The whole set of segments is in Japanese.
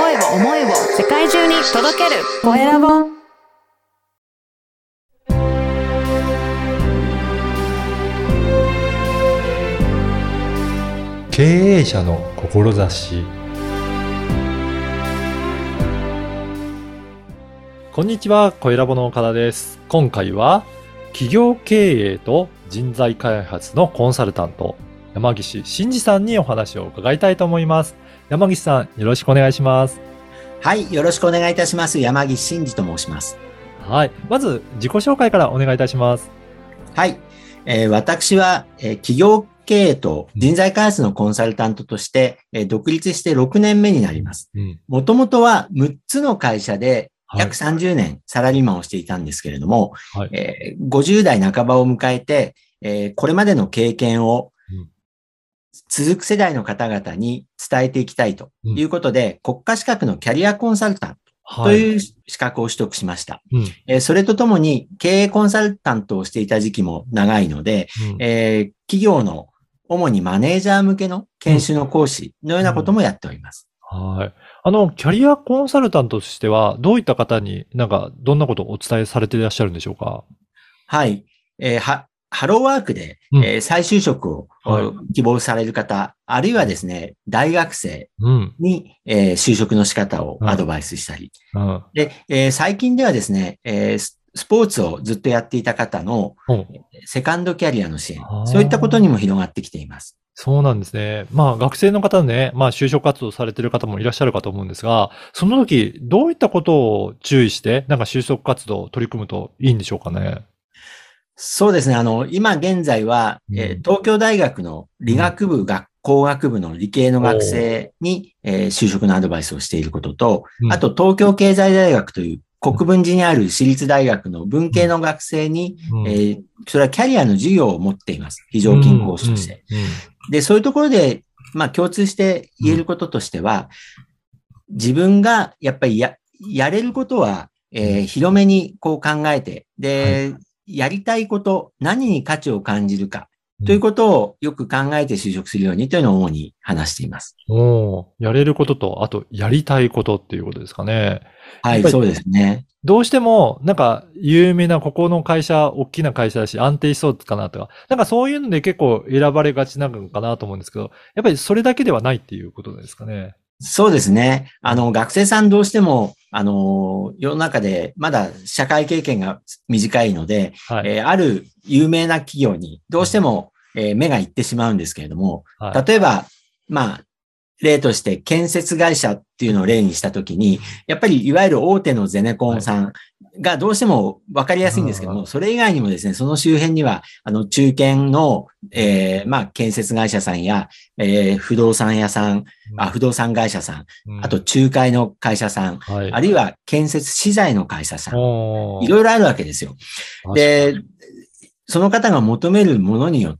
声を世界中に届けるコエラボ。 経営者の志。こんにちは、コエラボの岡田です。今回は企業経営と人材開発のコンサルタント、山岸真嗣さんにお話を伺いたいと思います。山岸さん、よろしくお願いします。 はい、よろしくお願いいたします。山岸真嗣と申します。 はい、まず自己紹介からお願いいたします。 はい、私は、企業経営と人材開発のコンサルタントとして、独立して6年目になります。もともとは6つの会社で約30年サラリーマンをしていたんですけれども、50代半ばを迎えて、これまでの経験を続く世代の方々に伝えていきたいということで、国家資格のキャリアコンサルタントという資格を取得しました。それとともに経営コンサルタントをしていた時期も長いので、企業の主にマネージャー向けの研修の講師のようなこともやっております。 はい。キャリアコンサルタントとしては、どういった方にどんなことをお伝えされていらっしゃるんでしょうか？ はい。ハローワークで、再就職を希望される方、あるいはですね、大学生に、就職の仕方をアドバイスしたり。で、最近ではですね、スポーツをずっとやっていた方のセカンドキャリアの支援、そういったことにも広がってきています。 そうなんですね。学生の方ね、就職活動されている方もいらっしゃるかと思うんですが、その時、どういったことを注意して、就職活動を取り組むといいんでしょうかね？ そうですね。今現在は、東京大学の理学部、工学部の理系の学生に、就職のアドバイスをしていることと、あと東京経済大学という国分寺にある私立大学の文系の学生に、それはキャリアの授業を持っています。非常勤講師として。で、そういうところで、共通して言えることとしては、自分がやっぱりやれることは、広めに考えて、で、やりたいこと、何に価値を感じるか、ということをよく考えて就職するようにというのを主に話しています。 やれることと、あと、やりたいことっていうことですかね。 はい、そうですね。 どうしても、有名なここの会社、大きな会社だし、安定しそうかなとか、そういうので結構選ばれがちなのかなと思うんですけど、やっぱりそれだけではないっていうことですかね。 そうですね。学生さんどうしても、世の中でまだ社会経験が短いので、ある有名な企業にどうしても、目がいってしまうんですけれども、例えば、例として建設会社っていうのを例にしたときに、やっぱりいわゆる大手のゼネコンさんがどうしても分かりやすいんですけども、それ以外にもですね、その周辺には、中堅の、建設会社さんや、不動産会社さん、あと仲介の会社さん、あるいは建設資材の会社さん、いろいろあるわけですよ。で、その方が求めるものによって、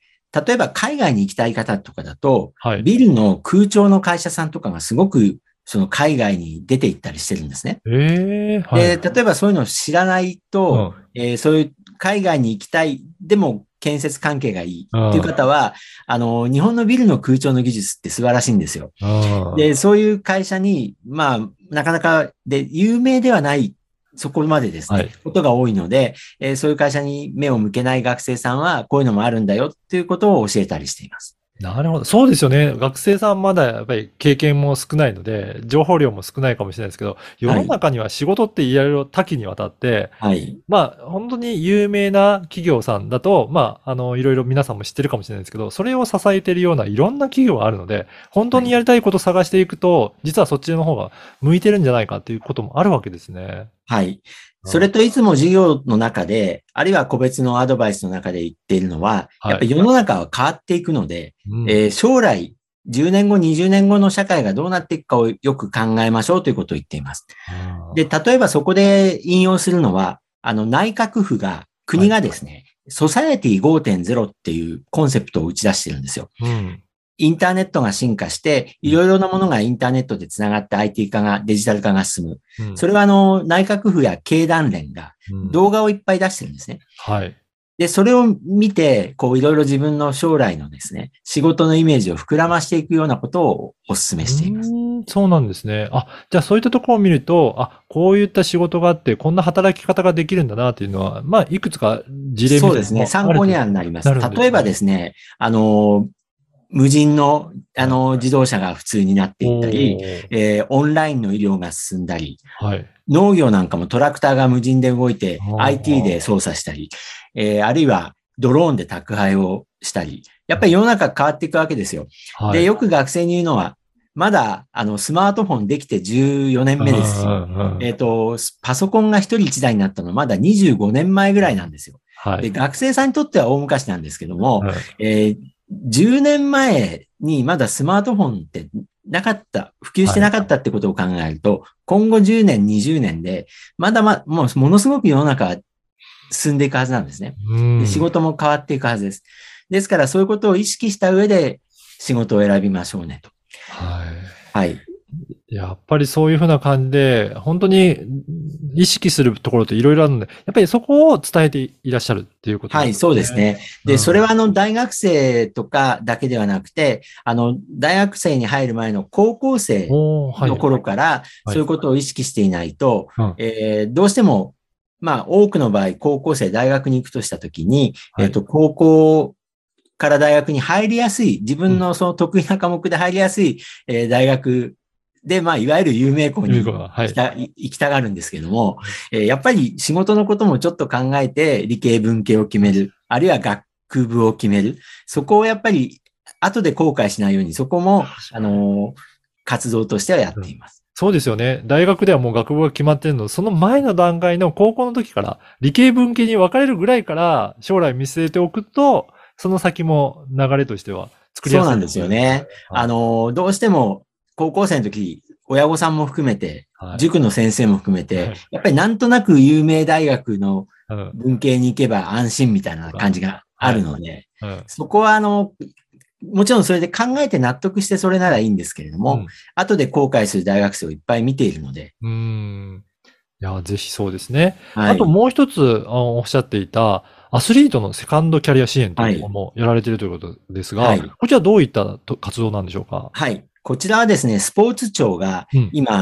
例えば海外に行きたい方とかだと、ビルの空調の会社さんとかがすごくその海外に出て行ったりしてるんですね。で、例えばそういうのを知らないと、そういう海外に行きたい、でも建設関係がいいっていう方は、日本のビルの空調の技術って素晴らしいんですよ。で、そういう会社に、なかなかで有名ではないそこまでですね、ことが多いので、そういう会社に目を向けない学生さんは、こういうのもあるんだよっていうことを教えたりしています。 なるほど。そうですよね。学生さんまだやっぱり経験も少ないので、情報量も少ないかもしれないですけど、世の中には仕事っていろいろ多岐にわたって、本当に有名な企業さんだと、いろいろ皆さんも知ってるかもしれないですけど、それを支えているようないろんな企業があるので、本当にやりたいことを探していくと、実はそっちの方が向いてるんじゃないかっていうこともあるわけですね。 はい。それといつも授業の中で、あるいは個別のアドバイスの中で言っているのは、やっぱり世の中は変わっていくので、将来10年後、20年後の社会がどうなっていくかをよく考えましょうということを言っています。で、例えばそこで引用するのは、内閣府が、国がですね、ソサエティ 5.0 っていうコンセプトを打ち出してるんですよ。インターネットが進化して、いろいろなものがインターネットでつながって IT 化が、デジタル化が進む。それは内閣府や経団連が動画をいっぱい出してるんですね。 で、それを見て、こういろいろ自分の将来のですね、仕事のイメージを膨らましていくようなことをお勧めしています。 そうなんですね。じゃあそういったところを見ると、こういった仕事があって、こんな働き方ができるんだなっていうのは、まあ、いくつか事例みたいなのがある。 そうですね。参考にはなります。例えばですね、無人の、自動車が普通になっていったり、オンラインの医療が進んだり、農業なんかもトラクターが無人で動いて IT で操作したり、あるいはドローンで宅配をしたり、やっぱり世の中変わっていくわけですよ。で、よく学生に言うのは、まだ、スマートフォンできて14年目ですし、パソコンが一人一台になったのはまだ25年前ぐらいなんですよ。で、学生さんにとっては大昔なんですけども、10年前にまだスマートフォンってなかった、普及してなかったってことを考えると、今後10年、20年で、もうものすごく世の中は進んでいくはずなんですね。で、仕事も変わっていくはずです。ですからそういうことを意識した上で仕事を選びましょうねと。はい。 やっぱりそういうふうな感じで、本当に意識するところっていろいろあるので、やっぱりそこを伝えていらっしゃるっていうことですね。 はい、そうですね。で、それは大学生とかだけではなくて、大学生に入る前の高校生の頃から、そういうことを意識していないと、どうしても、まあ、多くの場合、高校生、大学に行くとしたときに、高校から大学に入りやすい、自分のその得意な科目で入りやすい、大学で、まあ、いわゆる有名校に行きたがるんですけども、やっぱり仕事のこともちょっと考えて理系文系を決める、あるいは学部を決める。そこをやっぱり後で後悔しないように、そこも、活動としてはやっています。 そうですよね。大学ではもう学部が決まってるの、その前の段階の高校の時から、理系文系に分かれるぐらいから、将来見据えておくと、その先も流れとしては作りやすい。 そうなんですよね。どうしても、高校生の時、親御さんも含めて、塾の先生も含めて、やっぱりなんとなく有名大学の文系に行けば安心みたいな感じがあるので、そこはもちろんそれで考えて納得してそれならいいんですけれども、後で後悔する大学生をいっぱい見ているので。 いや、ぜひそうですね。あともう一つおっしゃっていた、アスリートのセカンドキャリア支援というのもやられているということですが、こちらどういった活動なんでしょうか？ はい。こちらはですね、スポーツ庁が今、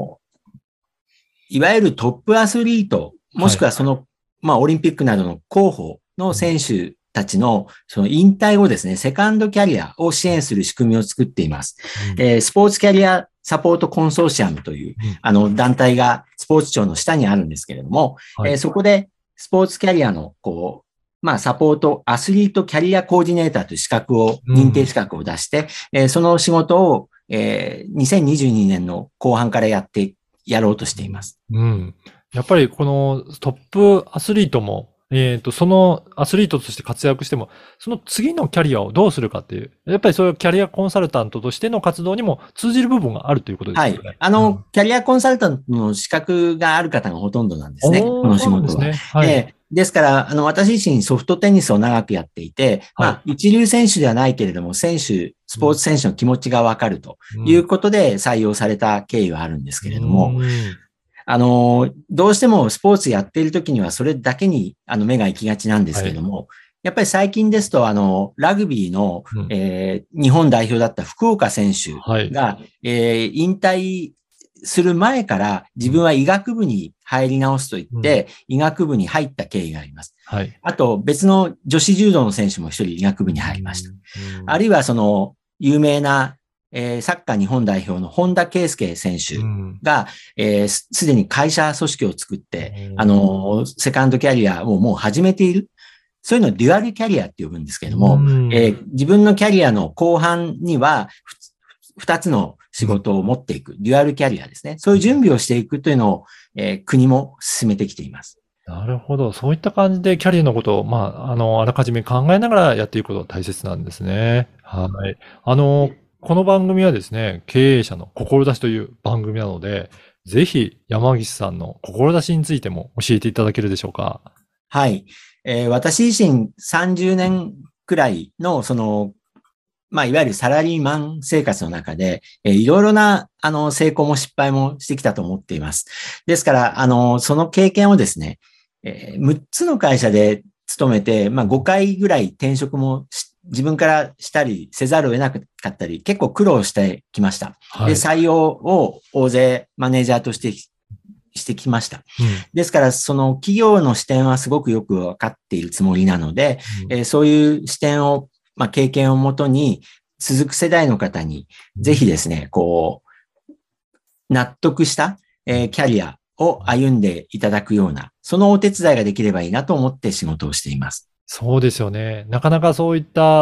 いわゆるトップアスリート、もしくはまあ、オリンピックなどの候補の選手たちの、その引退後ですね、セカンドキャリアを支援する仕組みを作っています。スポーツキャリアサポートコンソーシアムという、団体がスポーツ庁の下にあるんですけれども、そこでスポーツキャリアの、まあ、サポート、アスリートキャリアコーディネーターという資格を、認定資格を出して、その仕事を、2022年の後半からやろうとしています。 やっぱりこのトップアスリートも、そのアスリートとして活躍しても、その次のキャリアをどうするかっていう、やっぱりそういうキャリアコンサルタントとしての活動にも通じる部分があるということですね。 はい。キャリアコンサルタントの資格がある方がほとんどなんですね。この仕事は。 そうですね。 ですから、私自身ソフトテニスを長くやっていて、まあ、一流選手ではないけれども、スポーツ選手の気持ちがわかるということで採用された経緯はあるんですけれども、どうしてもスポーツやっているときにはそれだけに目が行きがちなんですけれども、やっぱり最近ですとラグビーの、日本代表だった福岡選手が、引退する前から自分は医学部に入り直すと言って、医学部に入った経緯があります。あと別の女子柔道の選手も一人医学部に入りました。あるいは有名なサッカー日本代表の本田圭佑選手が、すでに会社組織を作って、セカンドキャリアをもう始めている。そういうのをデュアルキャリアって呼ぶんですけれども、自分のキャリアの後半には、二つの仕事を持っていく、デュアルキャリアですね。そういう準備をしていくというのを、国も進めてきています。 なるほど。そういった感じでキャリアのことを、まあ、あらかじめ考えながらやっていくことが大切なんですね。はい。この番組はですね、経営者の志という番組なので、ぜひ山岸さんの志についても教えていただけるでしょうか？ はい。私自身30年くらいのまあ、いわゆるサラリーマン生活の中で、いろいろな、成功も失敗もしてきたと思っています。ですから、その経験をですね、6つの会社で勤めて、5回ぐらい転職も自分からしたりせざるを得なかったり、結構苦労してきました。で、採用を大勢マネージャーとしてきました。ですから、その企業の視点はすごくよくわかっているつもりなので、そういう視点を、経験をもとに、続く世代の方に、ぜひですね、納得した、キャリアを歩んでいただくような、そのお手伝いができればいいなと思って仕事をしています。 そうですよね。なかなかそういった、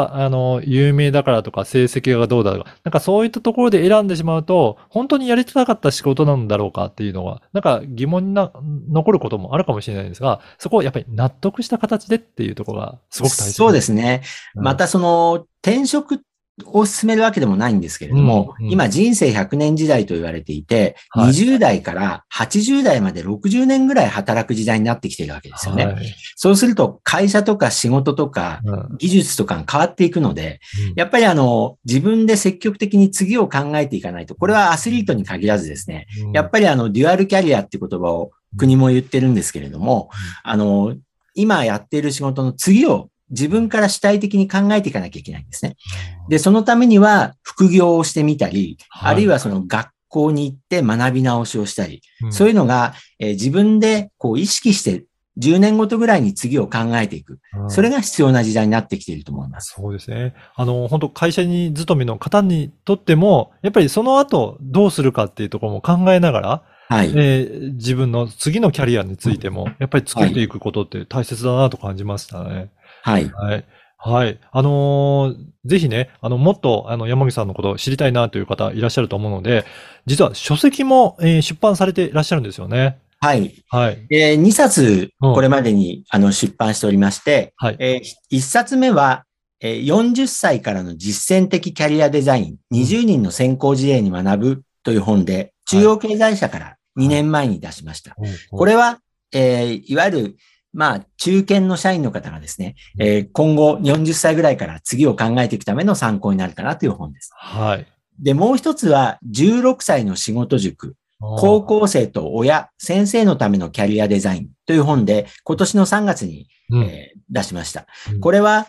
有名だからとか成績がどうだとか、なんかそういったところで選んでしまうと、本当にやりたかった仕事なんだろうかっていうのは、なんか疑問に残ることもあるかもしれないんですが、そこをやっぱり納得した形でっていうところがすごく大切です。 そうですね。またその転職を進めるわけでもないんですけれども、今人生100年時代と言われていて、20代から80代まで60年ぐらい働く時代になってきているわけですよね。そうすると会社とか仕事とか技術とかが変わっていくので、やっぱり自分で積極的に次を考えていかないと、これはアスリートに限らずですね、やっぱりデュアルキャリアっていう言葉を国も言ってるんですけれども、今やっている仕事の次を自分から主体的に考えていかなきゃいけないんですね。で、そのためには副業をしてみたり、あるいはその学校に行って学び直しをしたり、そういうのが、自分で意識して10年ごとぐらいに次を考えていく。それが必要な時代になってきていると思います。 そうですね。本当会社に勤めの方にとっても、やっぱりその後どうするかっていうところも考えながら、自分の次のキャリアについても、やっぱり作っていくことって大切だなと感じましたね。はい。ぜひね、もっと、山口さんのことを知りたいなという方いらっしゃると思うので、実は書籍も、出版されていらっしゃるんですよね。 2冊、これまでに、出版しておりまして、1冊目は、40歳からの実践的キャリアデザイン、20人の先行事例に学ぶという本で、中央経済社から2年前に出しました。これは、いわゆる、中堅の社員の方がですね、今後40歳ぐらいから次を考えていくための参考になるかなという本です。で、もう一つは、16歳の仕事塾、高校生と親、先生のためのキャリアデザインという本で、今年の3月に、出しました。これは、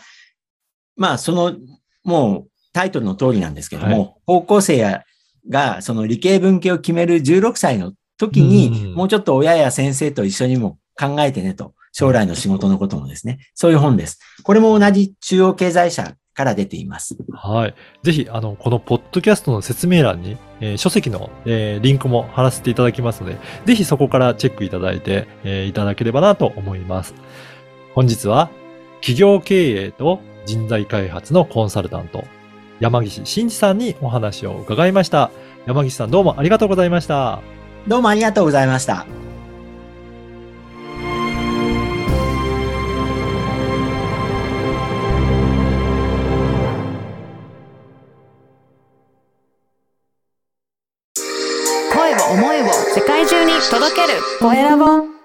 もうタイトルの通りなんですけども、高校生がその理系文系を決める16歳の時に、もうちょっと親や先生と一緒にも考えてねと。将来の仕事のこともですね。そういう本です。これも同じ中央経済社から出ています。 ぜひ、このポッドキャストの説明欄に、書籍の、リンクも貼らせていただきますので、ぜひそこからチェックいただいて、いただければなと思います。本日は、企業経営と人材開発のコンサルタント、山岸真嗣さんにお話を伺いました。山岸さんどうもありがとうございました。 どうもありがとうございました。 声を思いを世界中に届けるコエラボ。